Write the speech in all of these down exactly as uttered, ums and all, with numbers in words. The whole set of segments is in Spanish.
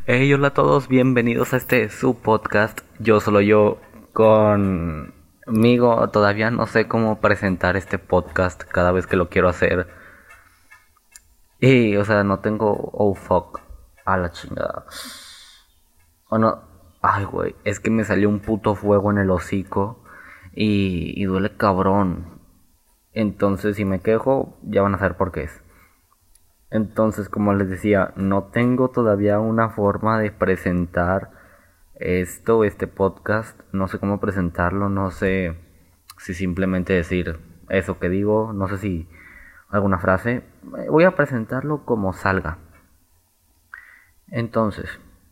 Hey, hola a todos, bienvenidos a este su podcast. Yo solo yo conmigo. Todavía no sé cómo presentar este podcast cada vez que lo quiero hacer. Y, o sea, no tengo. Oh fuck. A la chingada. O no. Ay, güey. Es que me salió un puto fuego en el hocico. Y, y duele cabrón. Entonces, si me quejo, ya van a saber por qué es. Entonces, como les decía, no tengo todavía una forma de presentar esto, este podcast. No sé cómo presentarlo, no sé si simplemente decir eso que digo, no sé si alguna frase. Eh, Voy a presentarlo como salga. Entonces,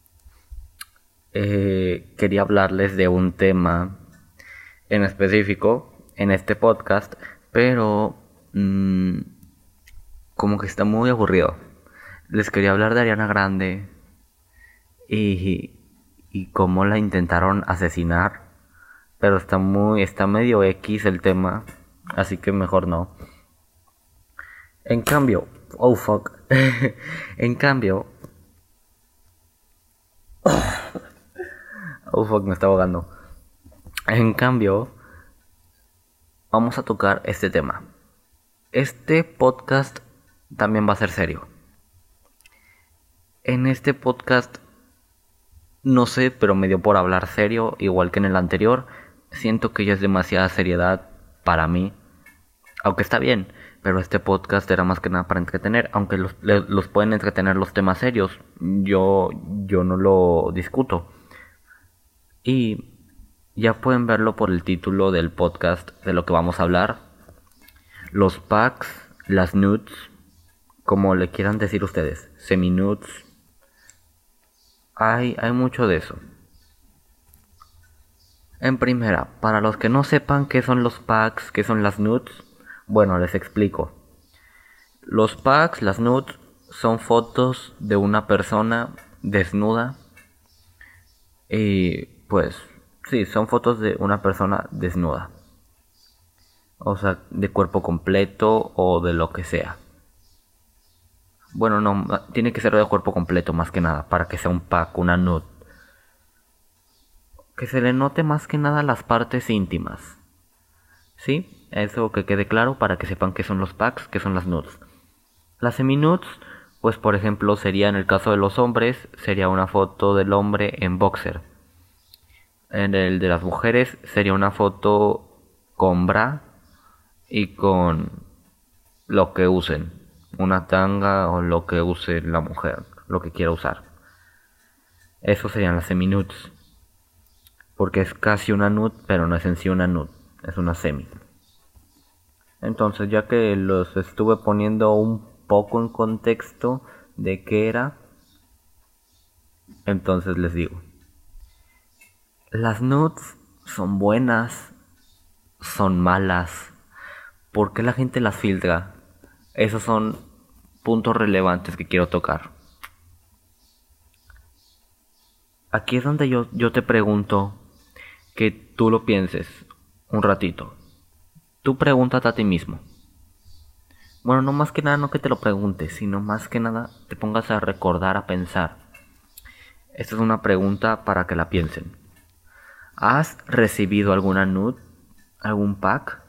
eh, quería hablarles de un tema en específico en este podcast, pero mmm, como que está muy aburrido. Les quería hablar de Ariana Grande y, y cómo la intentaron asesinar, pero está muy, está medio X el tema, así que mejor no. En cambio, oh fuck, en cambio, oh fuck, me está ahogando. En cambio, vamos a tocar este tema. Este podcast también va a ser serio. En este podcast, no sé, pero me dio por hablar serio, igual que en el anterior. Siento que ya es demasiada seriedad para mí. Aunque está bien, pero este podcast era más que nada para entretener, aunque los, los pueden entretener los temas serios, yo, yo no lo discuto. Y ya pueden verlo por el título del podcast de lo que vamos a hablar. Los packs, las nudes, como le quieran decir ustedes, semi-nudes. Hay, hay mucho de eso. En primera, para los que no sepan qué son los packs, qué son las nudes, bueno, les explico. Los packs, las nudes, son fotos de una persona desnuda. Y pues, sí, son fotos de una persona desnuda. O sea, de cuerpo completo o de lo que sea. Bueno, no, tiene que ser de cuerpo completo más que nada, para que sea un pack, una nude. Que se le note más que nada las partes íntimas. ¿Sí? Eso que quede claro para que sepan qué son los packs, qué son las nudes. Las semi-nudes, pues por ejemplo sería en el caso de los hombres, sería una foto del hombre en boxer. En el de las mujeres sería una foto con bra y con lo que usen. Una tanga o lo que use la mujer, lo que quiera usar. Eso serían las semi-nudes. Porque es casi una nude, pero no es en sí una nude, es una semi. Entonces, ya que los estuve poniendo un poco en contexto de qué era, entonces les digo. Las nudes son buenas, son malas. ¿Por qué la gente las filtra? Esos son puntos relevantes que quiero tocar. Aquí es donde yo, yo te pregunto que tú lo pienses un ratito. Tú pregúntate a ti mismo. Bueno, no más que nada no que te lo preguntes, sino más que nada te pongas a recordar, a pensar. Esta es una pregunta para que la piensen. ¿Has recibido alguna nude? ¿Algún pack?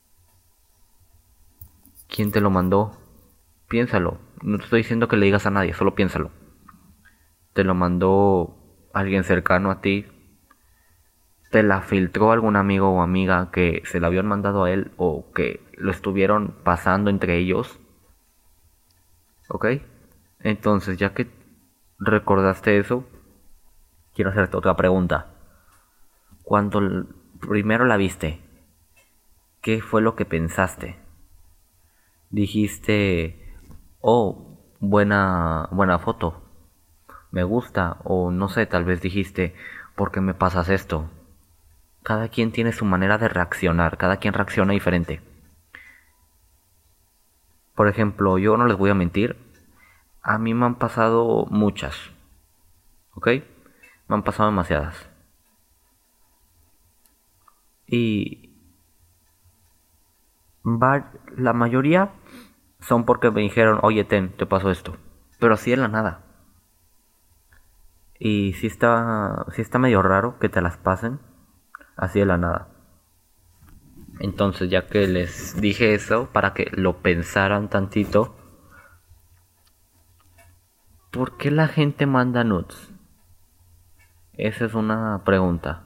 ¿Quién te lo mandó? Piénsalo. No te estoy diciendo que le digas a nadie, solo piénsalo. ¿Te lo mandó alguien cercano a ti? ¿Te la filtró algún amigo o amiga que se la habían mandado a él o que lo estuvieron pasando entre ellos? ¿Ok? Entonces, ya que recordaste eso, quiero hacerte otra pregunta. Cuando l- primero la viste, ¿qué fue lo que pensaste? Dijiste, oh, buena, buena foto, me gusta, o no sé, tal vez dijiste, ¿por qué me pasas esto? Cada quien tiene su manera de reaccionar, cada quien reacciona diferente. Por ejemplo, yo no les voy a mentir, a mí me han pasado muchas, ¿ok? Me han pasado demasiadas. Y va- la mayoría son porque me dijeron, oye, ten, te paso esto. Pero así de la nada. Y sí está, sí está medio raro que te las pasen así de la nada. Entonces, ya que les dije eso, para que lo pensaran tantito, ¿por qué la gente manda nudes? Esa es una pregunta.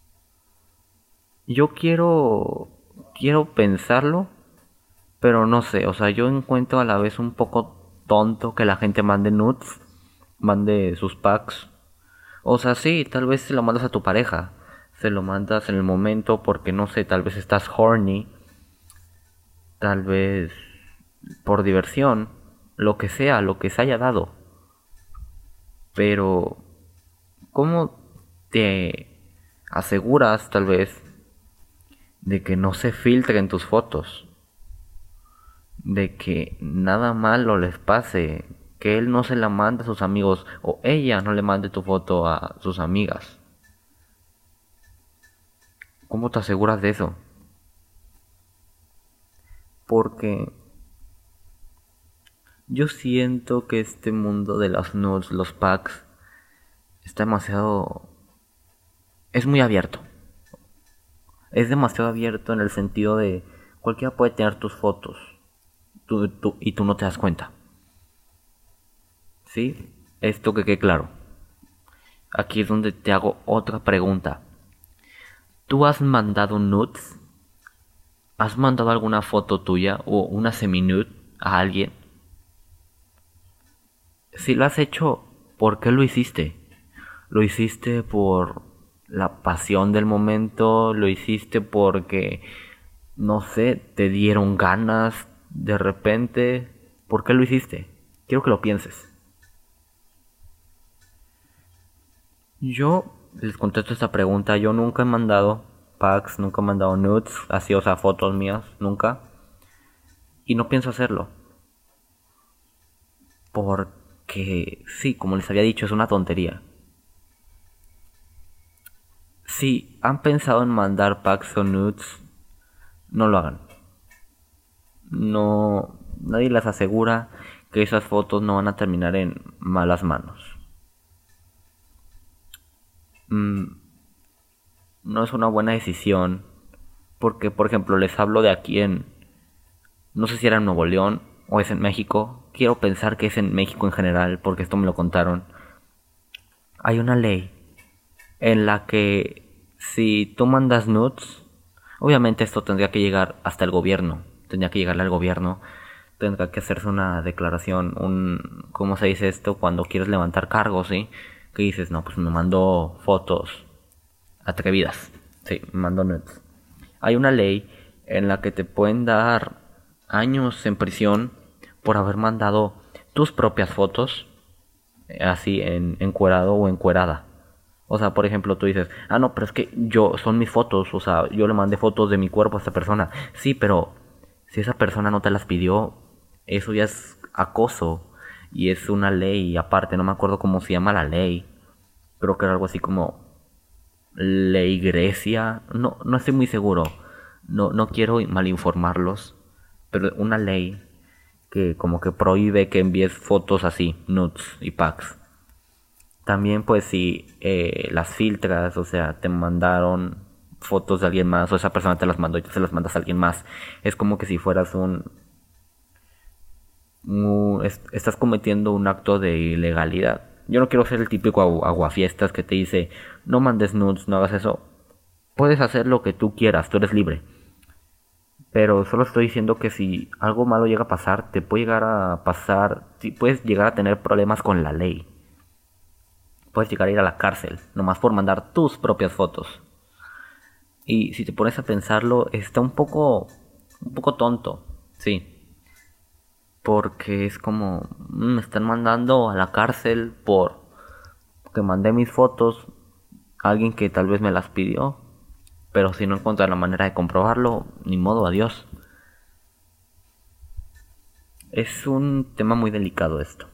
Yo quiero quiero pensarlo, pero no sé, o sea, yo encuentro a la vez un poco tonto que la gente mande nudes, mande sus packs. O sea, sí, tal vez se lo mandas a tu pareja, se lo mandas en el momento porque no sé, tal vez estás horny, tal vez por diversión, lo que sea, lo que se haya dado. Pero, ¿cómo te aseguras tal vez de que no se filtren tus fotos? De que nada malo les pase, que él no se la mande a sus amigos o ella no le mande tu foto a sus amigas. ¿Cómo te aseguras de eso? Porque yo siento que este mundo de las nudes, los packs, está demasiado... es muy abierto. Es demasiado abierto en el sentido de cualquiera puede tener tus fotos tú, tú, y tú no te das cuenta. ¿Sí? Esto que quede claro. Aquí es donde te hago otra pregunta. ¿Tú has mandado nudes? ¿Has mandado alguna foto tuya o una semi-nude a alguien? Si lo has hecho, ¿por qué lo hiciste? ¿Lo hiciste por la pasión del momento? ¿Lo hiciste porque, no sé, te dieron ganas de repente? ¿Por qué lo hiciste? Quiero que lo pienses. Yo les contesto esta pregunta. Yo nunca he mandado packs, nunca he mandado nudes, así, o sea, fotos mías, nunca. Y no pienso hacerlo. Porque, sí, como les había dicho, es una tontería. Si han pensado en mandar packs o nudes, no lo hagan. No, nadie les asegura que esas fotos no van a terminar en malas manos. Mm, no es una buena decisión porque, por ejemplo, les hablo de aquí en, no sé si era en Nuevo León o es en México. Quiero pensar que es en México en general porque esto me lo contaron. Hay una ley en la que si tú mandas nudes, obviamente esto tendría que llegar hasta el gobierno, tendría que llegarle al gobierno, tendrá que hacerse una declaración, un, ¿cómo se dice esto? Cuando quieres levantar cargos, ¿sí? Que dices, no, pues me mandó fotos atrevidas, sí, me mandó nudes. Hay una ley en la que te pueden dar años en prisión por haber mandado tus propias fotos, así en encuerado o encuerada. O sea, por ejemplo, tú dices, ah, no, pero es que yo, son mis fotos, o sea, yo le mandé fotos de mi cuerpo a esta persona. Sí, pero si esa persona no te las pidió, eso ya es acoso y es una ley aparte, no me acuerdo cómo se llama la ley. Creo que era algo así como ley Grecia, no, no estoy muy seguro, no, no quiero malinformarlos, pero una ley que como que prohíbe que envíes fotos así, nudes y packs. También pues si eh, las filtras, o sea, te mandaron fotos de alguien más o esa persona te las mandó y tú se las mandas a alguien más, es como que si fueras un... un est- estás cometiendo un acto de ilegalidad. Yo no quiero ser el típico agu- aguafiestas que te dice, no mandes nudes, no hagas eso. Puedes hacer lo que tú quieras, tú eres libre. Pero solo estoy diciendo que si algo malo llega a pasar, te puede llegar a pasar, si puedes llegar a tener problemas con la ley. Puedes llegar a ir a la cárcel, nomás por mandar tus propias fotos. Y si te pones a pensarlo, está un poco, un poco tonto, sí. Porque es como, mm, me están mandando a la cárcel por que mandé mis fotos a alguien que tal vez me las pidió. Pero si no encuentran la manera de comprobarlo, ni modo, adiós. Es un tema muy delicado esto.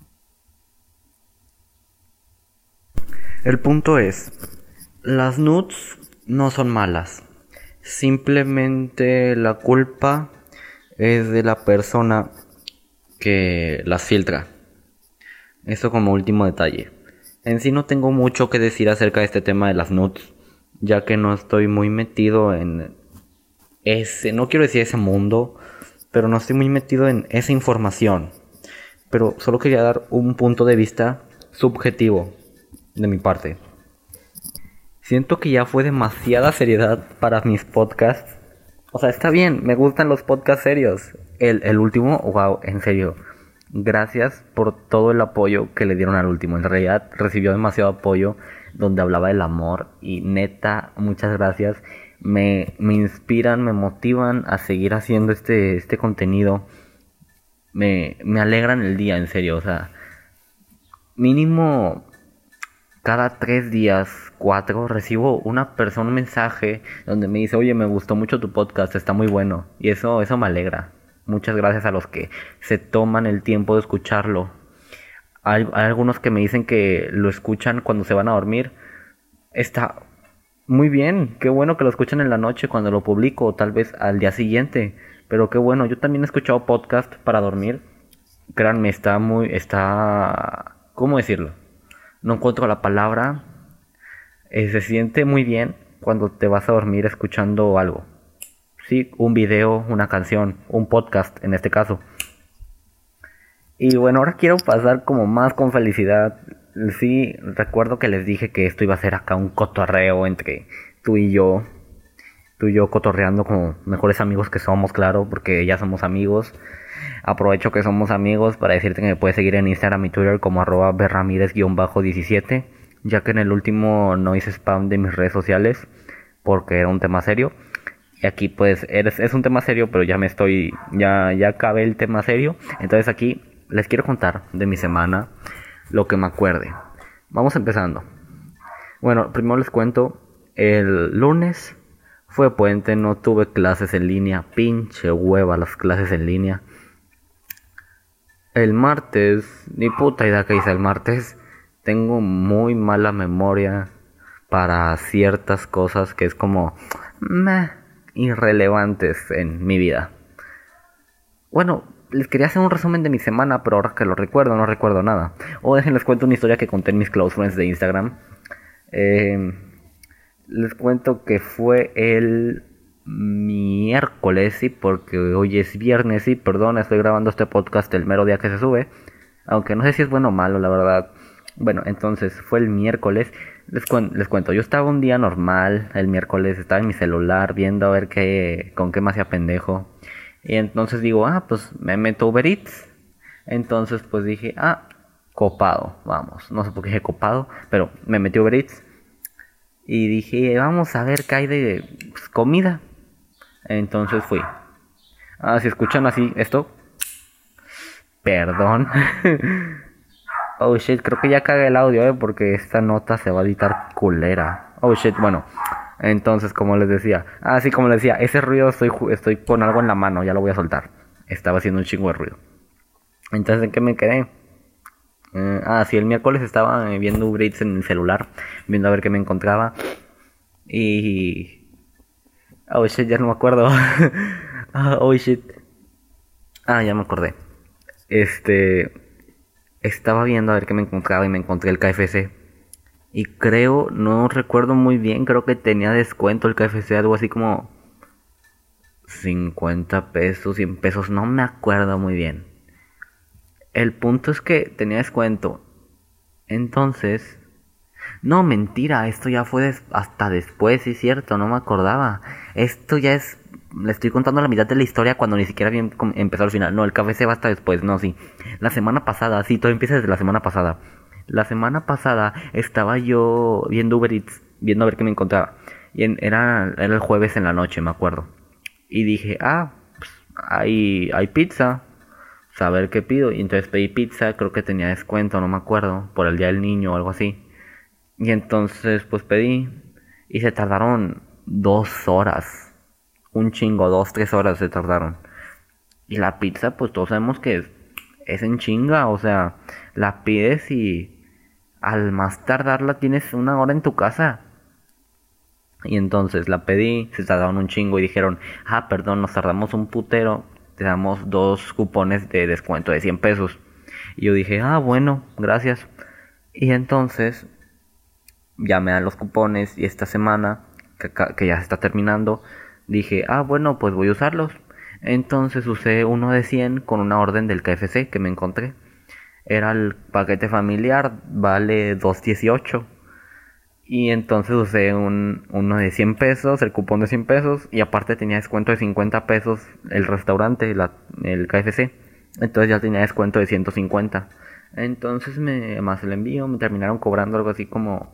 El punto es, las nudes no son malas. Simplemente la culpa es de la persona que las filtra. Eso como último detalle. En sí no tengo mucho que decir acerca de este tema de las nudes, ya que no estoy muy metido en ese, no quiero decir ese mundo, pero no estoy muy metido en esa información. Pero solo quería dar un punto de vista subjetivo de mi parte. Siento que ya fue demasiada seriedad para mis podcasts. O sea, está bien, me gustan los podcasts serios. El, el último, wow, en serio. Gracias por todo el apoyo que le dieron al último. En realidad recibió demasiado apoyo donde hablaba del amor. Y neta, muchas gracias. Me, me inspiran, me motivan a seguir haciendo este, este contenido. Me, me alegran el día, en serio. O sea, mínimo cada tres días, cuatro, recibo una persona, un mensaje donde me dice, oye, me gustó mucho tu podcast, está muy bueno. Y eso, eso me alegra. Muchas gracias a los que se toman el tiempo de escucharlo. Hay, hay algunos que me dicen que lo escuchan cuando se van a dormir. Está muy bien, qué bueno que lo escuchan en la noche cuando lo publico, o tal vez al día siguiente. Pero qué bueno, yo también he escuchado podcast para dormir. Créanme, está muy, está, ¿cómo decirlo? No encuentro la palabra. Eh, se siente muy bien cuando te vas a dormir escuchando algo. Sí, un video, una canción, un podcast en este caso. Y bueno, ahora quiero pasar como más con felicidad. Sí, recuerdo que les dije que esto iba a ser acá un cotorreo entre tú y yo. Tú y yo cotorreando como mejores amigos que somos, claro, porque ya somos amigos. Aprovecho que somos amigos para decirte que me puedes seguir en Instagram y Twitter como arroba berramírez diecisiete, ya que en el último no hice spam de mis redes sociales porque era un tema serio. Y aquí pues eres, es un tema serio, pero ya me estoy, ya, ya acabé el tema serio. Entonces aquí les quiero contar de mi semana lo que me acuerde. Vamos empezando. Bueno, primero les cuento, el lunes fue puente, no tuve clases en línea, pinche hueva las clases en línea. El martes, ni puta idea que hice el martes. Tengo muy mala memoria para ciertas cosas que es como meh, irrelevantes en mi vida. Bueno, les quería hacer un resumen de mi semana, pero ahora que lo recuerdo, no recuerdo nada. O déjenles cuento una historia que conté en mis close friends de Instagram. Eh, les cuento que fue el miércoles, sí, porque hoy es viernes, sí, perdón, estoy grabando este podcast el mero día que se sube. Aunque no sé si es bueno o malo, la verdad. Bueno, entonces fue el miércoles. Les, cuen- les cuento, yo estaba un día normal el miércoles, estaba en mi celular viendo a ver qué, con qué me hacía pendejo. Y entonces digo, ah, pues me meto a Uber Eats. Entonces pues dije, ah, copado, vamos. No sé por qué dije copado, pero me metí a Uber Eats. Y dije, vamos a ver qué hay de pues, comida. Entonces fui. Ah, si escuchan así esto, perdón. Oh shit, creo que ya cagué el audio, eh, porque esta nota se va a editar culera. Oh shit, bueno. Entonces, como les decía, ah, sí, como les decía, ese ruido estoy, ju- estoy con algo en la mano, ya lo voy a soltar. Estaba haciendo un chingo de ruido. Entonces, ¿en qué me quedé? Eh, ah, sí, el miércoles estaba eh, viendo Uber Eats en el celular, viendo a ver qué me encontraba. Y... oh shit, ya no me acuerdo. Ah, oh shit. Ah, ya me acordé. Este... Estaba viendo a ver qué me encontraba y me encontré el K F C. Y creo, no recuerdo muy bien, creo que tenía descuento el K F C, algo así como cincuenta pesos, cien pesos, no me acuerdo muy bien. El punto es que tenía descuento. Entonces, no, mentira, esto ya fue des- hasta después, sí es cierto, no me acordaba. Esto ya es, le estoy contando la mitad de la historia cuando ni siquiera bien com- empezó al final. No, el K F C va hasta después, no, sí. La semana pasada, sí, todo empieza desde la semana pasada. La semana pasada estaba yo viendo Uber Eats, viendo a ver qué me encontraba. Y en- era, era el jueves en la noche, me acuerdo. Y dije, ah, pues, hay, hay pizza. Saber qué pido. Y entonces pedí pizza, creo que tenía descuento, no me acuerdo, por el día del niño o algo así. Y entonces pues pedí. Y se tardaron dos horas. Un chingo, dos, tres horas se tardaron. Y la pizza, pues todos sabemos que es, es en chinga. O sea, la pides y al más tardar la tienes una hora en tu casa. Y entonces la pedí, se tardaron un chingo y dijeron, ah, perdón, nos tardamos un putero, te damos dos cupones de descuento de cien pesos. Y yo dije, ah, bueno, gracias. Y entonces ya me dan los cupones y esta semana, que, que ya se está terminando, dije, ah, bueno, pues voy a usarlos. Entonces usé uno de cien con una orden del K F C que me encontré. Era el paquete familiar, vale dos dieciocho. Y entonces usé un, uno de cien pesos, el cupón de cien pesos. Y aparte tenía descuento de cincuenta pesos el restaurante, la, el K F C. Entonces ya tenía descuento de ciento cincuenta. Entonces me, más el envío, me terminaron cobrando algo así como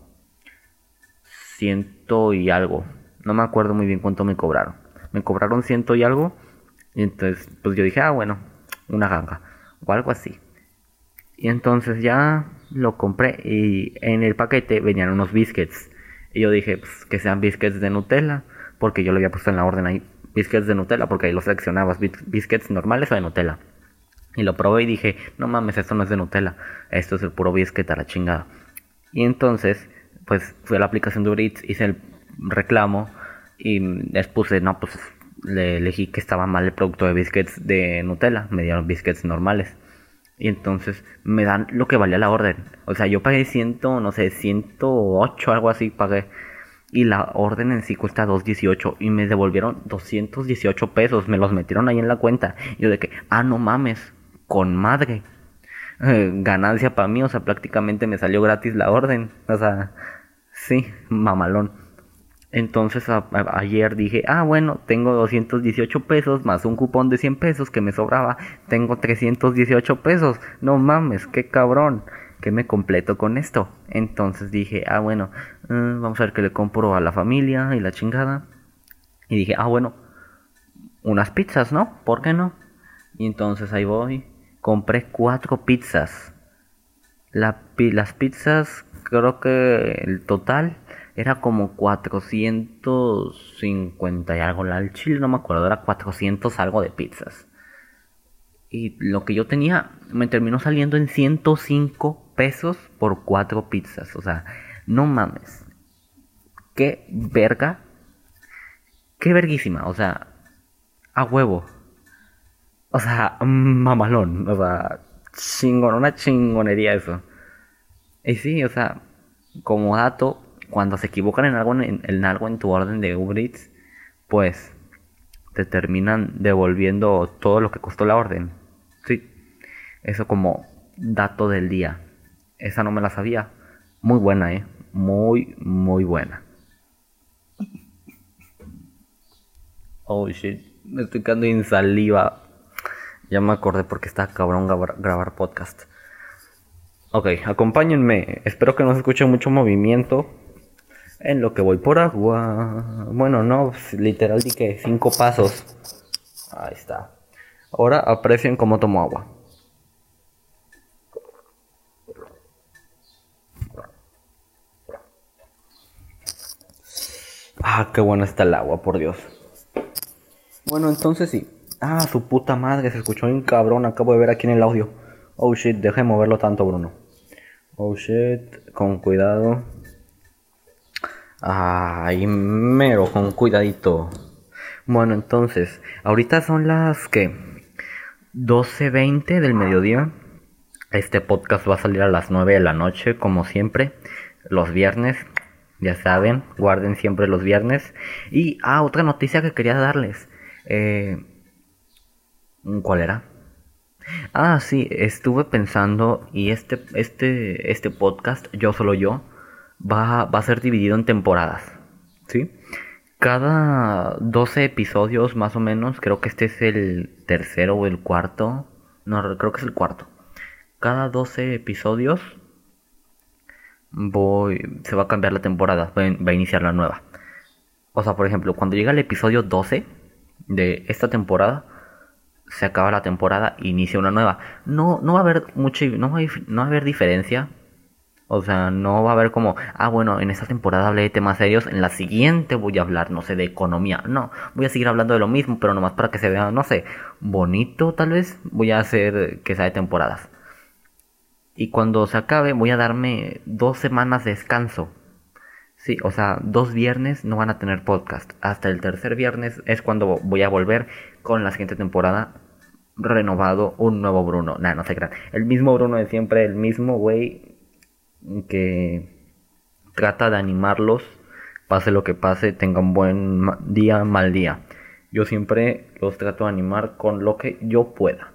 ciento y algo. No me acuerdo muy bien cuánto me cobraron. Me cobraron ciento y algo. Y entonces pues yo dije, ah, bueno, una ganga. O algo así. Y entonces ya lo compré y en el paquete venían unos biscuits. Y yo dije, pues, que sean biscuits de Nutella, porque yo le había puesto en la orden ahí biscuits de Nutella, porque ahí lo seleccionabas, biscuits normales o de Nutella. Y lo probé y dije, no mames, esto no es de Nutella, esto es el puro biscuit a la chingada. Y entonces, pues fui a la aplicación de Uber Eats, hice el reclamo y les puse, no, pues le elegí que estaba mal el producto de biscuits de Nutella, me dieron biscuits normales. Y entonces me dan lo que valía la orden. O sea, yo pagué ciento, no sé, ciento ocho, algo así pagué. Y la orden en sí cuesta doscientos dieciocho. Y me devolvieron doscientos dieciocho pesos. Me los metieron ahí en la cuenta. Y yo de que, ah, no mames, con madre. Eh, ganancia para mí, o sea, prácticamente me salió gratis la orden. O sea, sí, mamalón. Entonces a, a, ayer dije, ah, bueno, tengo doscientos dieciocho pesos más un cupón de cien pesos que me sobraba. Tengo trescientos dieciocho pesos. No mames, qué cabrón. Que me completo con esto. Entonces dije, ah, bueno, eh, vamos a ver qué le compro a la familia y la chingada. Y dije, ah, bueno, unas pizzas, ¿no? ¿Por qué no? Y entonces ahí voy. Compré cuatro pizzas. La, las pizzas, creo que el total era como cuatrocientos cincuenta y algo. La del chile no me acuerdo, era cuatrocientos algo de pizzas. Y lo que yo tenía me terminó saliendo en ciento cinco pesos por cuatro pizzas. O sea, no mames. Qué verga. Qué verguísima. O sea, a huevo. O sea, mamalón. O sea, chingón, una chingonería eso. Y sí, o sea, como dato, cuando se equivocan en algo en, en algo en tu orden de Uber Eats, pues te terminan devolviendo todo lo que costó la orden. Sí, eso como dato del día. Esa no me la sabía. Muy buena, eh. Muy, muy buena. Oh shit, me estoy quedando sin saliva. Ya me acordé porque está cabrón grabar, grabar podcast. Ok, acompáñenme. Espero que no se escuche mucho movimiento en lo que voy por agua. Bueno, no, literal di que cinco pasos. Ahí está. Ahora aprecien cómo tomo agua. Ah, qué buena está el agua, por Dios. Bueno, entonces sí. Ah, su puta madre, se escuchó un cabrón. Acabo de ver aquí en el audio. Oh shit, deja de moverlo tanto, Bruno. Oh shit, con cuidado. Ay, mero, con cuidadito. Bueno, entonces, ahorita son las que doce veinte del mediodía. Este podcast va a salir a las nueve de la noche, como siempre, los viernes. Ya saben, guarden siempre los viernes. Y, ah, otra noticia que quería darles. Eh, ¿Cuál era? Ah, sí, estuve pensando y este, este, este podcast, Yo Solo Yo, va, va a ser dividido en temporadas, ¿sí? Cada doce episodios más o menos, creo que este es el tercero o el cuarto, no, creo que es el cuarto. Cada doce episodios voy, se va a cambiar la temporada, va, va a iniciar la nueva. O sea, por ejemplo, cuando llega el episodio doce de esta temporada, se acaba la temporada e inicia una nueva. No, no va a haber mucho, no va a, no va a haber diferencia. O sea, no va a haber como, ah, bueno, en esta temporada hablé de temas serios, en la siguiente voy a hablar, no sé, de economía. No, voy a seguir hablando de lo mismo, pero nomás para que se vea, no sé, bonito tal vez. Voy a hacer que sea de temporadas. Y cuando se acabe, voy a darme dos semanas de descanso. Sí, o sea, dos viernes no van a tener podcast. Hasta el tercer viernes es cuando voy a volver con la siguiente temporada. Renovado, un nuevo Bruno. Nah, no se crean. El mismo Bruno de siempre, el mismo güey. que trata de animarlos, pase lo que pase, tengan buen ma- día, mal día. Yo siempre los trato de animar con lo que yo pueda.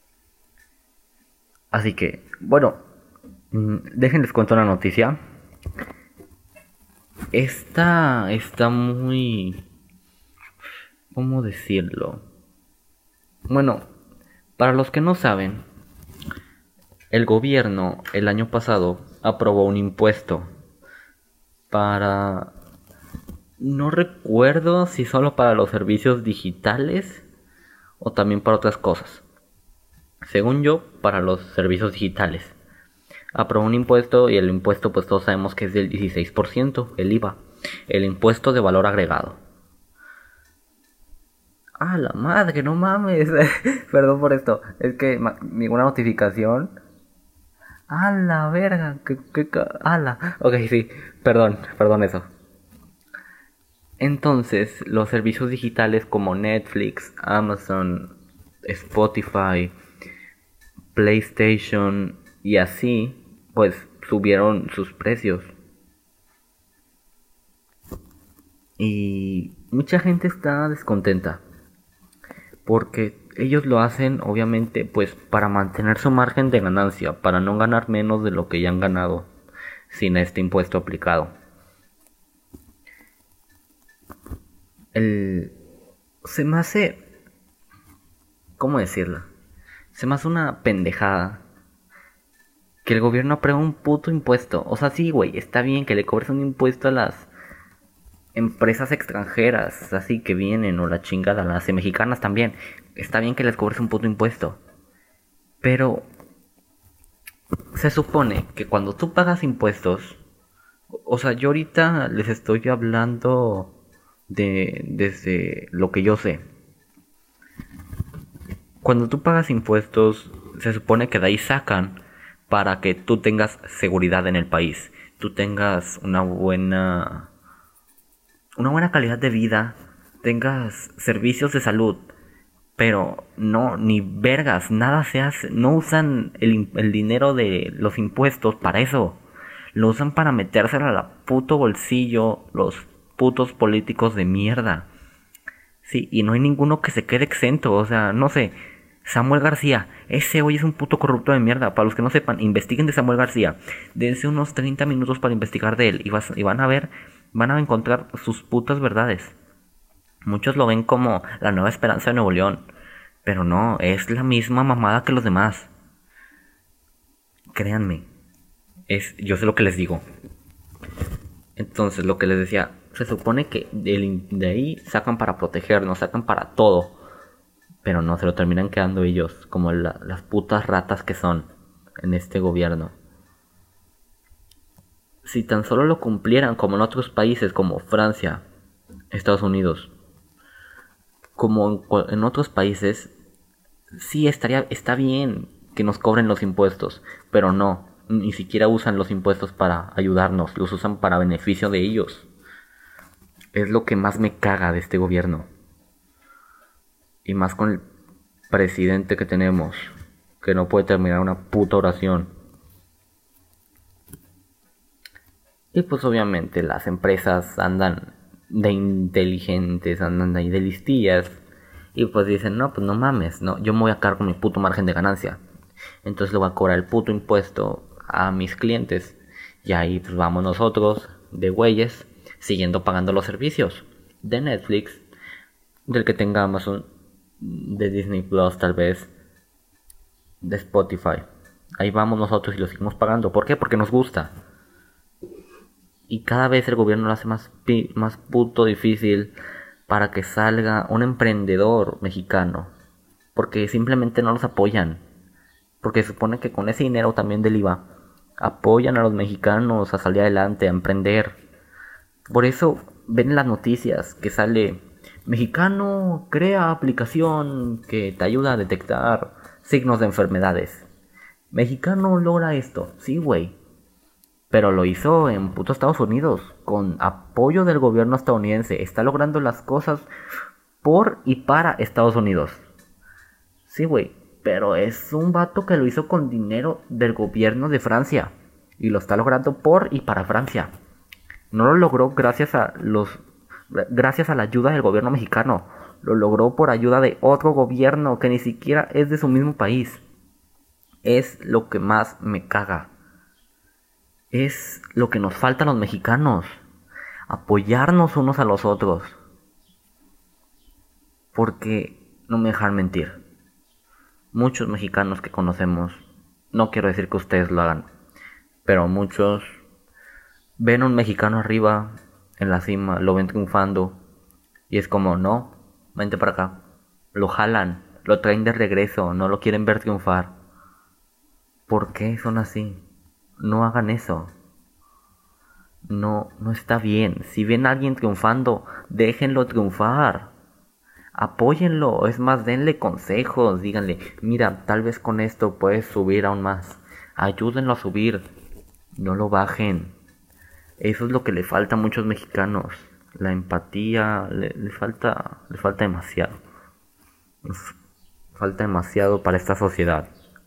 Así que, bueno, mm, déjenles cuento una noticia. Esta está muy... ¿Cómo decirlo? Bueno, para los que no saben, el gobierno el año pasado aprobó un impuesto para... No recuerdo si solo para los servicios digitales o también para otras cosas. Según yo, para los servicios digitales. Aprobó un impuesto y el impuesto pues todos sabemos que es del dieciséis por ciento, el IVA. El impuesto de valor agregado. ¡Ah, la madre! ¡No mames! Perdón por esto. Es que ma- mi una notificación. ¡Ah, la verga! ¿Qué, qué, ca- ¡Ah, la! Ok, sí. Perdón, perdón eso. Entonces, los servicios digitales como Netflix, Amazon, Spotify, PlayStation y así, pues subieron sus precios. Y mucha gente está descontenta. Porque ellos lo hacen obviamente pues para mantener su margen de ganancia, para no ganar menos de lo que ya han ganado sin este impuesto aplicado. El... Se me hace... ¿Cómo decirlo? Se me hace una pendejada que el gobierno apruebe un puto impuesto. O sea, sí, güey, está bien que le cobres un impuesto a las empresas extranjeras, así que vienen, o la chingada, las mexicanas también. Está bien que les cobres un puto impuesto. Pero se supone que cuando tú pagas impuestos, o sea, yo ahorita les estoy hablando de desde lo que yo sé. Cuando tú pagas impuestos, se supone que de ahí sacan para que tú tengas seguridad en el país, tú tengas una buena una buena calidad de vida, tengas servicios de salud, pero no, ni vergas, nada se hace, no usan el, el dinero de los impuestos para eso, lo usan para metérselo a la puto bolsillo los putos políticos de mierda. Sí, y no hay ninguno que se quede exento, o sea, no sé, Samuel García, ese hoy es un puto corrupto de mierda. Para los que no sepan, investiguen de Samuel García. Dense unos treinta minutos para investigar de él y, vas, y van a ver, van a encontrar sus putas verdades. Muchos lo ven como la nueva esperanza de Nuevo León, pero no, es la misma mamada que los demás. Créanme, es, yo sé lo que les digo. Entonces, lo que les decía, se supone que de, de ahí sacan para protegernos, sacan para todo. Pero no, se lo terminan quedando ellos, como la, las putas ratas que son en este gobierno. Si tan solo lo cumplieran como en otros países como Francia, Estados Unidos, como en, en otros países, sí estaría, está bien que nos cobren los impuestos, pero no, ni siquiera usan los impuestos para ayudarnos, los usan para beneficio de ellos. Es lo que más me caga de este gobierno. Y más con el presidente que tenemos, que no puede terminar una puta oración. Y pues obviamente las empresas andan de inteligentes, andan ahí de listillas. Y pues dicen, no, pues no mames, no, yo me voy a cargar con mi puto margen de ganancia. Entonces le voy a cobrar el puto impuesto a mis clientes. Y ahí pues vamos nosotros, de güeyes, siguiendo pagando los servicios de Netflix, del que tenga Amazon, de Disney Plus tal vez, de Spotify. Ahí vamos nosotros y lo seguimos pagando. ¿Por qué? Porque nos gusta. Y cada vez el gobierno lo hace más, pi- más puto difícil para que salga un emprendedor mexicano. Porque simplemente no los apoyan. Porque se supone que con ese dinero también del IVA apoyan a los mexicanos a salir adelante, a emprender. Por eso ven en las noticias que sale: mexicano crea aplicación que te ayuda a detectar signos de enfermedades. Mexicano logra esto. Sí, güey. Pero lo hizo en puto Estados Unidos, con apoyo del gobierno estadounidense. Está logrando las cosas por y para Estados Unidos. Sí, güey. Pero es un vato que lo hizo con dinero del gobierno de Francia. Y lo está logrando por y para Francia. No lo logró gracias a los gracias a la ayuda del gobierno mexicano. Lo logró por ayuda de otro gobierno que ni siquiera es de su mismo país. Es lo que más me caga. Es lo que nos falta a los mexicanos. Apoyarnos unos a los otros. Porque no me dejan mentir. Muchos mexicanos que conocemos, no quiero decir que ustedes lo hagan, pero muchos ven a un mexicano arriba, en la cima, lo ven triunfando, y es como, no, vente para acá. Lo jalan, lo traen de regreso, no lo quieren ver triunfar. ¿Por qué son así? No hagan eso. No, no está bien. Si ven a alguien triunfando, déjenlo triunfar. Apóyenlo, es más, denle consejos, díganle, mira, tal vez con esto puedes subir aún más. Ayúdenlo a subir, no lo bajen. Eso es lo que le falta a muchos mexicanos. La empatía, le, le falta, le falta demasiado. Falta demasiado para esta sociedad.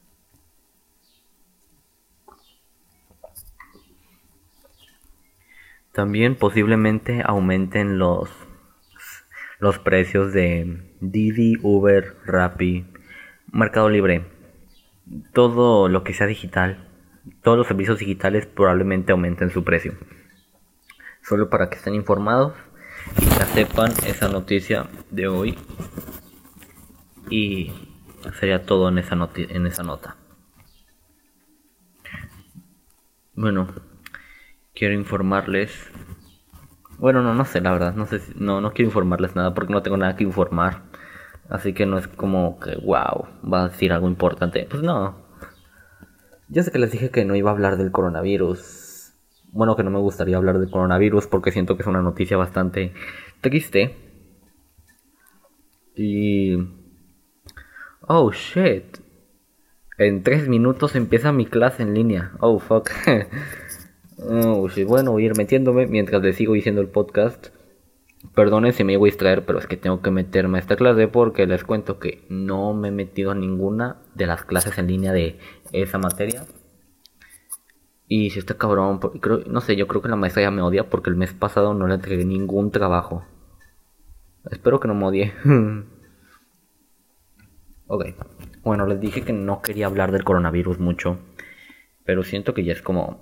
También posiblemente aumenten los los precios de Didi, Uber, Rappi, Mercado Libre. Todo lo que sea digital, todos los servicios digitales probablemente aumenten su precio. Solo para que estén informados y ya sepan esa noticia de hoy. Y sería todo en esa, noti- en esa nota. Bueno, quiero informarles. Bueno, no, no sé, la verdad, no sé si, no, no quiero informarles nada porque no tengo nada que informar. Así que no es como que, wow, va a decir algo importante. Pues no. Yo sé que les dije que no iba a hablar del coronavirus. Bueno, que no me gustaría hablar del coronavirus porque siento que es una noticia bastante triste. Y... oh, shit. En tres minutos empieza mi clase en línea. Oh, fuck. Oh, sí, bueno, voy a ir metiéndome mientras les sigo diciendo el podcast. Perdonen si me voy a distraer, pero es que tengo que meterme a esta clase porque les cuento que no me he metido a ninguna de las clases en línea de esa materia. Y si está cabrón, creo, no sé, yo creo que la maestra ya me odia porque el mes pasado no le entregué ningún trabajo. Espero que no me odie. Ok, bueno, les dije que no quería hablar del coronavirus mucho, pero siento que ya es como...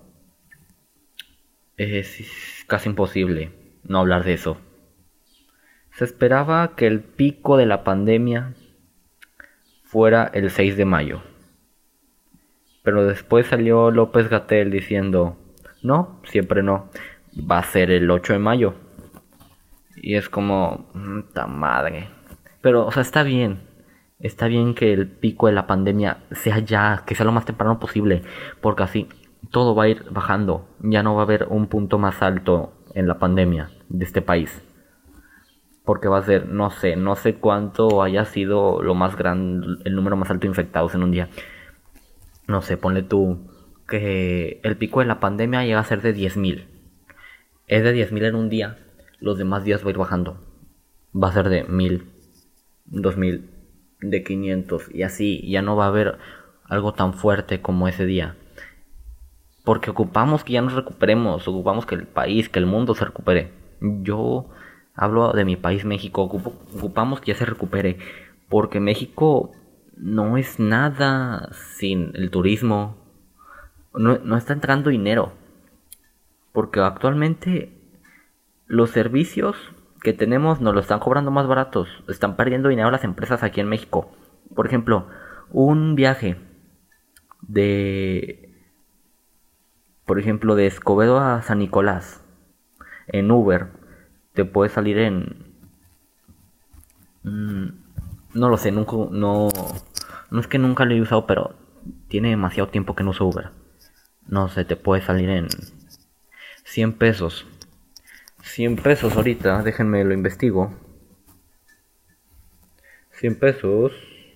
es casi imposible no hablar de eso. Se esperaba que el pico de la pandemia fuera el seis de mayo. Pero después salió López-Gatell diciendo, no, siempre no, va a ser el ocho de mayo. Y es como, ¡ta madre! Pero, o sea, está bien. Está bien que el pico de la pandemia sea ya, que sea lo más temprano posible. Porque así todo va a ir bajando. Ya no va a haber un punto más alto en la pandemia de este país. Porque va a ser, no sé, no sé cuánto haya sido lo más grande, el número más alto de infectados en un día. No sé, ponle tú que el pico de la pandemia llega a ser de diez mil. Es de diez mil en un día. Los demás días va a ir bajando. Va a ser de mil, dos mil, de quinientos y así. Ya no va a haber algo tan fuerte como ese día. Porque ocupamos que ya nos recuperemos. Ocupamos que el país, que el mundo se recupere. Yo hablo de mi país, México. Ocupo, ocupamos que ya se recupere. Porque México no es nada sin el turismo. No, no está entrando dinero. Porque actualmente los servicios que tenemos nos lo están cobrando más baratos. Están perdiendo dinero las empresas aquí en México. Por ejemplo, un viaje de... por ejemplo, de Escobedo a San Nicolás en Uber te puede salir en... Mmm, no lo sé, nunca... No, no es que nunca lo he usado, pero tiene demasiado tiempo que no uso Uber. No sé, te puede salir en cien pesos. cien pesos ahorita, déjenme lo investigo. cien pesos.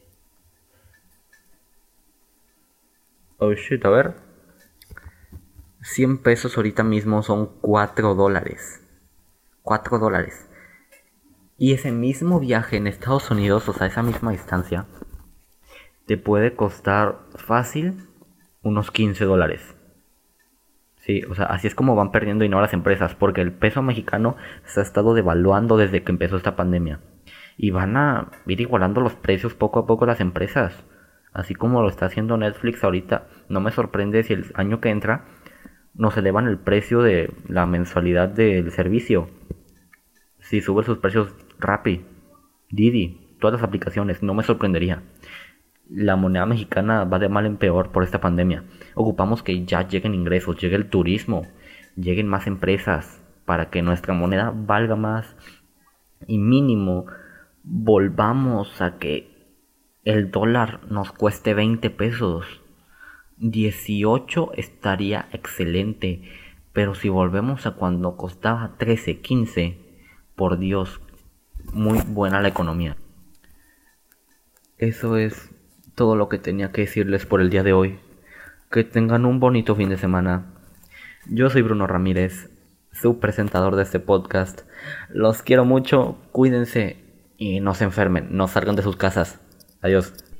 Oh shit, a ver. cien pesos ahorita mismo son cuatro dólares. cuatro dólares. Y ese mismo viaje en Estados Unidos, o sea, esa misma distancia, te puede costar fácil unos quince dólares. Sí, o sea, así es como van perdiendo dinero las empresas, porque el peso mexicano se ha estado devaluando desde que empezó esta pandemia. Y van a ir igualando los precios poco a poco las empresas, así como lo está haciendo Netflix ahorita. No me sorprende si el año que entra nos elevan el precio de la mensualidad del servicio. Si suben sus precios Rappi, Didi, todas las aplicaciones, no me sorprendería. La moneda mexicana va de mal en peor por esta pandemia. Ocupamos que ya lleguen ingresos, llegue el turismo, lleguen más empresas para que nuestra moneda valga más y mínimo volvamos a que el dólar nos cueste veinte pesos. dieciocho estaría excelente, pero si volvemos a cuando costaba trece, quince, por Dios, muy buena la economía. Eso es todo lo que tenía que decirles por el día de hoy. Que tengan un bonito fin de semana. Yo soy Bruno Ramírez, su presentador de este podcast. Los quiero mucho, cuídense y no se enfermen, no salgan de sus casas. Adiós.